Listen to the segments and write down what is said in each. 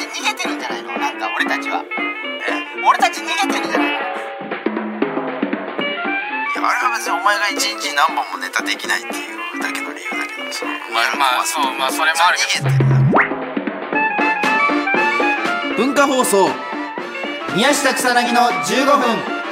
逃げてるんじゃないの？なんか俺たちは俺たち逃げてるんじゃないの？いや、あれは別にお前が一日何本もネタできないっていうだけの理由だけどさ、まあそう、まあそれもあるけど。文化放送宮下草薙の15分。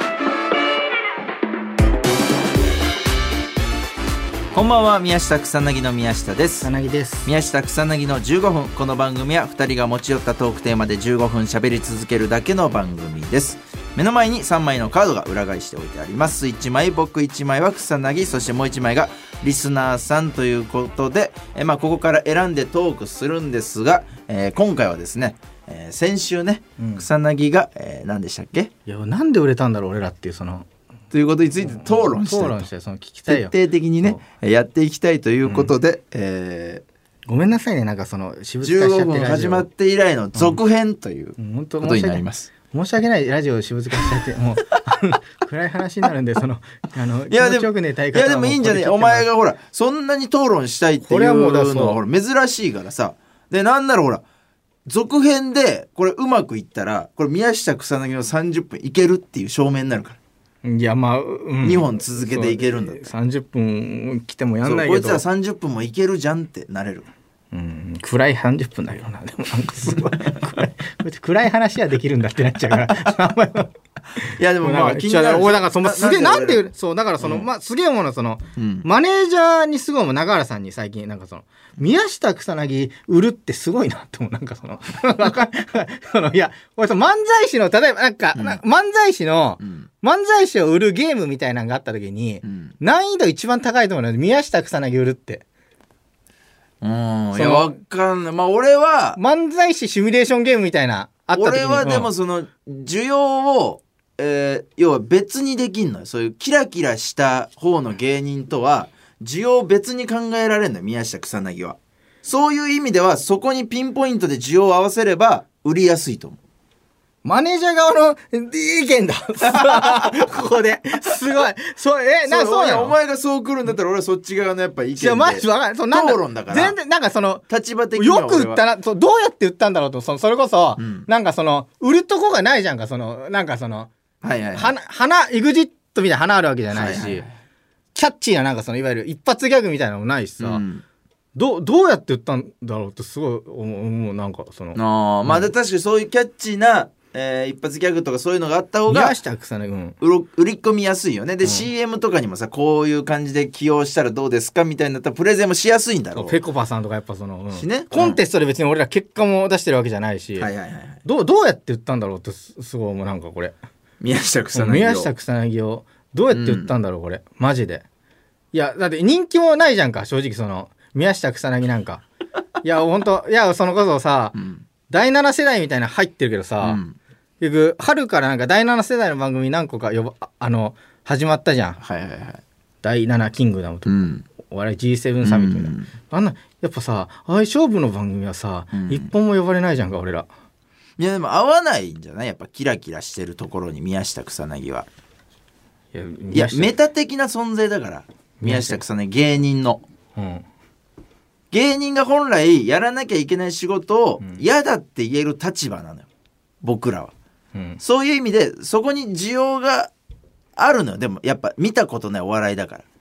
こんばんは、宮下草薙の宮下です。 草薙です。 宮下草薙の15分。この番組は2人が持ち寄ったトークテーマで15分喋り続けるだけの番組です。目の前に3枚のカードが裏返しておいてあります。1枚僕、1枚は草薙、そしてもう1枚がリスナーさんということで、ここから選んでトークするんですが、今回はですね、先週ね、草薙が、何でしたっけ？ いや、なんで売れたんだろう俺らっていうそのということについて討論してその聞きたいよ。 徹底的にねやっていきたいということで、 ごめんなさいね、なんかその私物化しちゃって 15分始まって以来の続編ということになります。 申し訳ない、ラジオを私物化しちゃってもう暗い話になるんで、そのいやでもでもいいんじゃねえ、お前がほらそんなに討論したいっていうのはほら珍しいからさ。でなんならほら続編でこれうまくいったらこれ宮下草薙の30分いけるっていう証明になるから。 いやまあ、 2本続けていけるんだって。 30分来てもやんないけど、 こいつら30分もいけるじゃんってなれる。 暗い30分だけどな。でもなんかすごい暗い話はできるんだってなっちゃうからいやでもまあ気になる。俺だからそのすげえなんでそうだからその、まあすげえ思うのその、マネージャーにすごいもう永原さんに最近なんかその宮下草薙売るってすごいなって思う。なんかそのいや俺その漫才師の例えばなんか、漫才師を売るゲームみたいなのがあった時に、難易度一番高いと思うので宮下草薙売るって。 いやわかんない。まあ俺は漫才師シミュレーションゲームみたいなあった時に、 俺はでもその需要を、要は別にできんのよ。そういうキラキラした方の芸人とは需要を別に考えられるのよ、宮下草薙は。そういう意味ではそこにピンポイントで需要を合わせれば売りやすいと思う。 マネージャー側の意見だここですごいそうそうなの。 お前がそう来るんだったら俺はそっち側のやっぱ意見で討論だから全然なんかその立場的にはよく売ったな、どうやって売ったんだろうと、それこそ、なんかその売るとこがないじゃんか。そのなんかその、花エグジットみたいな花あるわけじゃないし、キャッチーななんかそのいわゆる一発ギャグみたいなのもないしさ、どうやって売ったんだろうってすごい思う。なんかそのまあ確かにそういうキャッチーな一発ギャグとかそういうのがあった方が売り込みやすいよね。で、CM とかにもさこういう感じで起用したらどうですかみたいになったらプレゼンもしやすいんだろう。 ペコパさんとかやっぱその、 ね、 コンテストで別に俺ら結果も出してるわけじゃないし、どうやって売ったんだろうってすごいもうなんかこれ宮下草薙をどうやって売ったんだろうこれ、マジで。いやだって人気もないじゃんか正直。その宮下草薙なんかいやほんといやそのこそさ、第7世代みたいな入ってるけどさ、結局春からなんか第7世代の番組何個か始まったじゃん、第7キングダムとか、お笑い G7 サミットみたいな、あんなやっぱさ相勝負の番組はさ、一本も呼ばれないじゃんか俺ら。 いやでも合わないんじゃない？やっぱキラキラしてるところに宮下草薙は。いやメタ的な存在だから宮下草薙芸人の、芸人が本来やらなきゃいけない仕事を嫌だって言える立場なのよ僕らは。そういう意味でそこに需要があるのよ。でもやっぱ見たことないお笑いだから、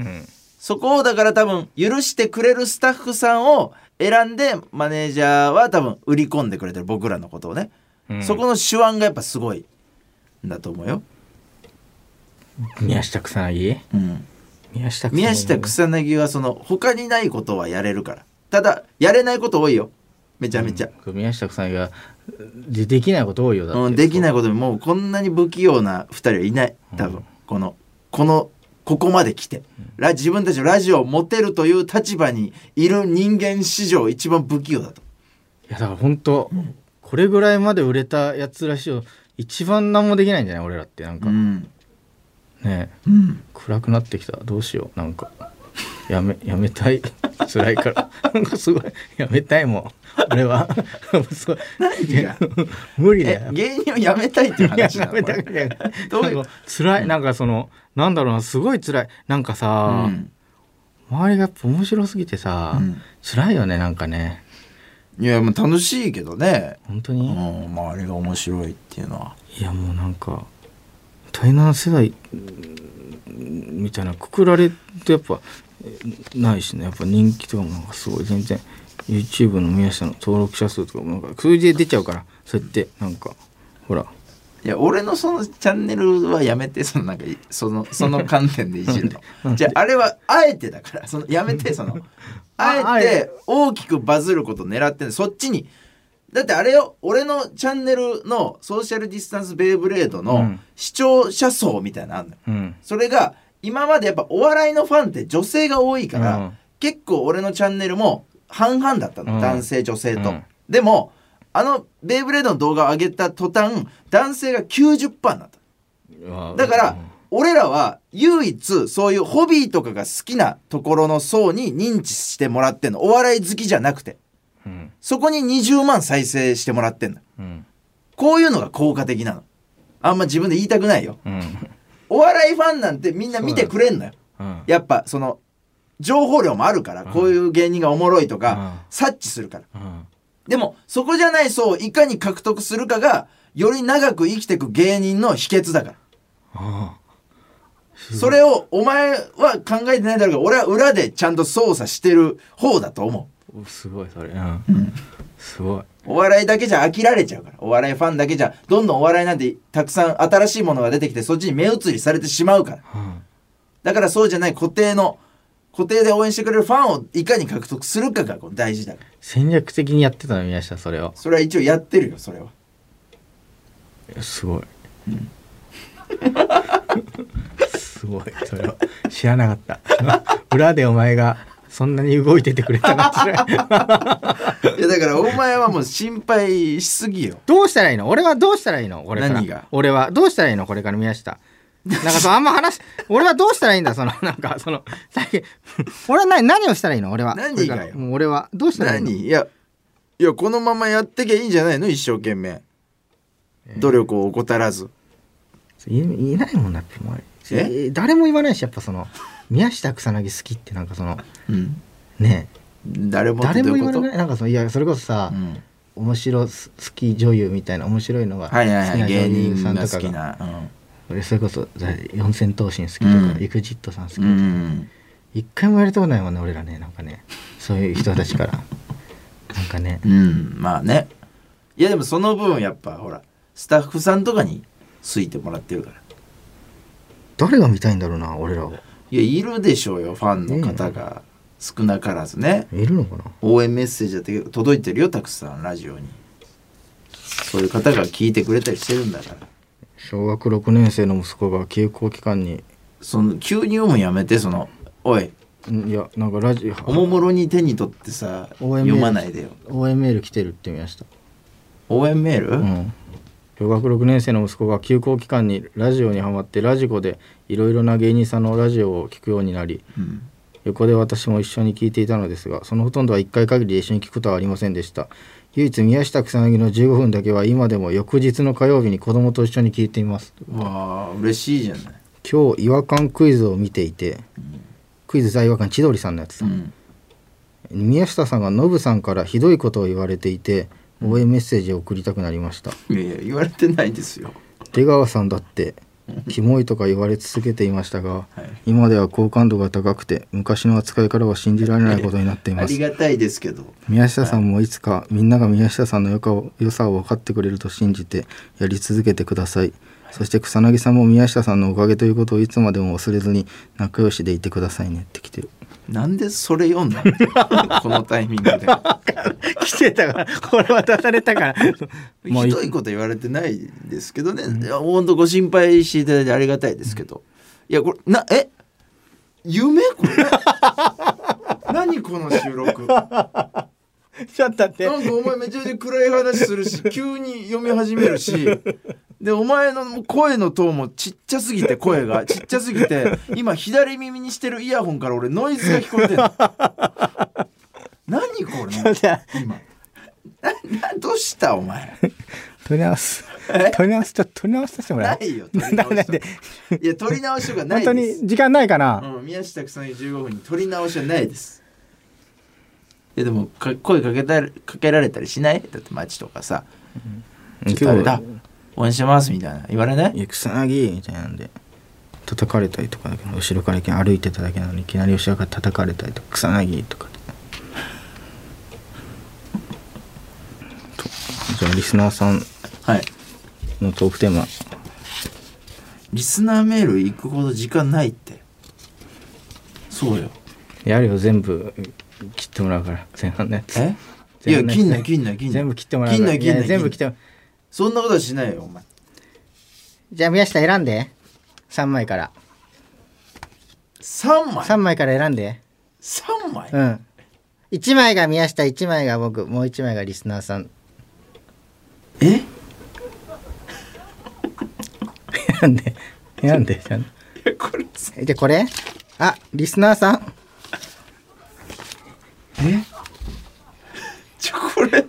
そこをだから多分許してくれるスタッフさんを選んでマネージャーは多分売り込んでくれてる僕らのことをね、そこの手腕がやっぱすごいんだと思うよ。 宮下草薙、 宮下草薙はその他にないことはやれるから。ただやれないこと多いよめちゃめちゃ、 宮下草薙ができないこと多いよ。だってできないこともうこんなに不器用な2人はいない多分、ここまで来て、自分たちのラジオを持てるという立場にいる人間史上一番不器用だと。 いやだから本当、これぐらいまで売れたやつらしいよ一番何もできないんじゃない俺らってなんか、ねえ、暗くなってきた。どうしよう。なんかやめたい辛いからなんかすごいやめたいもん俺は何が無理だよ。 芸人をやめたいっていう話なの？ どういう辛い、なんかそのなんだろうな、すごい辛い。なんかさ、周りがやっぱ面白すぎてさ、辛いよねなんかね。 いやもう楽しいけどね。 本当に、 周りが面白いっていうのは。 いやもうなんか第7世代みたいなくくられてやっぱないしね。やっぱ人気とかもなんかすごい全然 YouTube の宮下の登録者数とかもなんか数字で出ちゃうから、そうやってなんかほら、 いや俺のそのチャンネルはやめて、そのなんかその観点でいじるのじゃああれはあえてだから、そのやめて、そのあえて大きくバズることを狙ってんの、そっちに。だってあれよ、俺のチャンネルのソーシャルディスタンスベイブレードの視聴者層みたいなのあんのよ、うん、それが今までやっぱお笑いのファンって女性が多いから、うん、結構俺のチャンネルも半々だったの、うん、男性女性と、うん、でもあのベイブレードの動画を上げた途端男性が 90% になった。だから俺らは唯一そういうホビーとかが好きなところの層に認知してもらってんの、お笑い好きじゃなくて、うん、そこに20万再生してもらってんの、うん、こういうのが効果的なの。あんま自分で言いたくないよ、うん、お笑いファンなんてみんな見てくれんのよ、うん、やっぱその情報量もあるから、うん、こういう芸人がおもろいとか、うん、察知するから、うん、でもそこじゃない層をいかに獲得するかがより長く生きていく芸人の秘訣だから、それをお前は考えてないだろうが、俺は裏でちゃんと操作してる方だと思う。すごいそれ、うん、すごい。 お笑いだけじゃ飽きられちゃうから、お笑いファンだけじゃどんどんお笑いなんてたくさん新しいものが出てきてそっちに目移りされてしまうから、うん、だからそうじゃない固定で応援してくれるファンをいかに獲得するかが大事だから。 戦略的にやってたの宮下、それを。 それは一応やってるよ、それは。 すごい、うん、すごい、それは知らなかった裏でお前がそんなに動いててくれたなんていやだからお前はもう心配しすぎよ。 どうしたらいいの？俺はどうしたらいいの？これから何が？ 俺はどうしたらいいの？これから宮下なんかそうあんま俺はどうしたらいいんだ、そのなんかその最近俺は何をしたらいいの？俺は何がよ。 もう俺はどうしたらいいの？ いやこのままやってきゃいいんじゃないの？一生懸命努力を怠らず。 いないもんなってもう誰も言わないし、やっぱその宮下草薙好きってなんかその、うん、ねえ誰も言わない。なんかそのいやそれこそさ、うん、面白好き女優みたいな面白いのが好きな女優さんとかが、俺それこそ四千頭身好きとか、うん、EXIT さん好きとか、うん、一回もやれたことないもんね俺らね。なんかねそういう人たちからなんかね、 うん、まあね。いやでもその分やっぱほらスタッフさんとかに好いてもらってるから。 誰が見たいんだろうな俺らを。 いやいるでしょうよ、ファンの方が少なからずね。 いるのかな。 応援メッセージだって届いてるよ、たくさんラジオに。そういう方が聞いてくれたりしてるんだから。 小学6年生の息子が休校期間にその急に読むやめて、そのおい、 いやなんかラジオおもむろに手に取ってさ読まないでよ。 応援メール来てるって見ました。 応援メール、うん、 小学6年生の息子が休校期間にラジオにハマってラジコでいろいろな芸人さんのラジオを聞くようになり、うん、横で私も一緒に聞いていたのですが、そのほとんどは1回限りで一緒に聞くことはありませんでした。唯一宮下草薙の15分だけは今でも翌日の火曜日に子供と一緒に聞いています。 わあ嬉しいじゃない。 今日違和感クイズを見ていて、うん、クイズ大違和感千鳥さんのやつさ、うん、宮下さんがノブさんからひどいことを言われていて応援メッセージを送りたくなりました。 いや言われてないですよ。 出川さんだってキモいとか言われ続けていましたが、はい、今では好感度が高くて昔の扱いからは信じられないことになっています。ありがたいですけど、 宮下さんもいつかみんなが宮下さんの良さを分かってくれると信じてやり続けてください。そして草薙さんも宮下さんのおかげということをいつまでも忘れずに仲良しでいてくださいねって来てる。 なんでそれ読んだのこのタイミングで来てたからこれ渡されたからひどいこと言われてないですけどね、いや本当ご心配していただいてありがたいですけど、いやこれ夢これ何この収録ちょっと待って、 なんかお前めちゃめちゃ暗い話するし急に読み始めるしでお前の声のトーンもちっちゃすぎて、声がちっちゃすぎて今左耳にしてるイヤホンから俺ノイズが聞こえてる何これ今どうしたお前取り直すちょっと取り直させてもらえないよ取り直しいや取り直しとかないです。 本当に時間ないかな、 宮下草薙15分に取り直しはないです。 でも声かけられたりしない？だって街とかさ、ちょっとあれだ応援してますみたいな言われない？ いや草薙みたいなんで叩かれたりとかだけど、後ろから歩いてただけなのにいきなり後ろから叩かれたりとか、草薙とかじゃあリスナーさんのトークテーマ、はい、 リスナーメール行くほど時間ないって。そうよ。 やるよ、全部切ってもらうから前半のやつ。 いや切んない全部切ってもらうから。全部切ってもらう。 そんなことはしないよお前。 じゃあ宮下選んで、3枚から。3枚から選んで。 3枚？ うん。1枚が宮下、1枚が僕、もう1枚がリスナーさん。選んでちゃんと。 これでこれ、あ、リスナーさん。 これ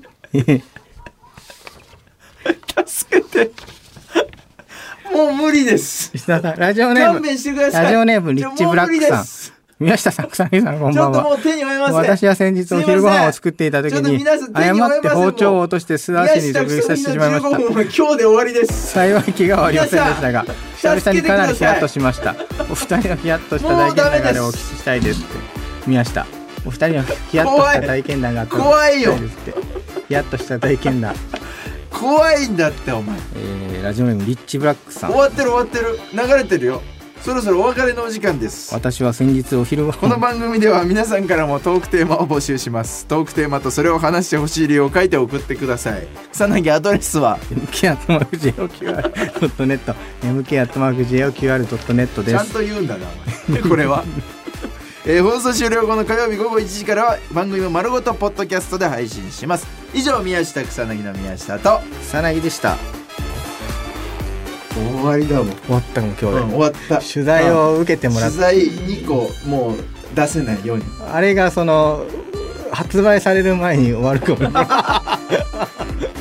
助けて。もう無理です。 リスナーさん、ラジオネーム、 勘弁してください。 ラジオネームリッチブラックさん。宮下さん、草薙さん、こんばんは。 ちょっともう手に負えません。 私は先日お昼ご飯を作っていた時に誤って包丁を落として素足に直撃させてしまいました。 今日で終わりです。 幸い怪我はありませんでしたが、久々にかなりヒヤッとしました。お二人のヒヤッとした体験談がお聞きしたいですって。宮下、お二人のヒヤッとした体験談があったら怖いよ。 ヒヤッとした体験談。 怖いんだってお前。 ラジオネームリッチブラックさん。 終わってる流れてるよ。そろそろお別れのお時間です。 私は先日お昼ご飯、 この番組では皆さんからもトークテーマを募集します。トークテーマとそれを話してほしい理由を書いて送ってください。草薙アドレスは mk@joqr.net mk@joqr.net です。ちゃんと言うんだなお前これは放送終了後の火曜日午後1時からは番組を丸ごとポッドキャストで配信します。以上、宮下草薙の宮下と草薙でした。 終わりだもん。 終わったもん今日で、 終わった。 取材を受けてもらって、 取材2個もう出せないように、 あれがその発売される前に終わるかもね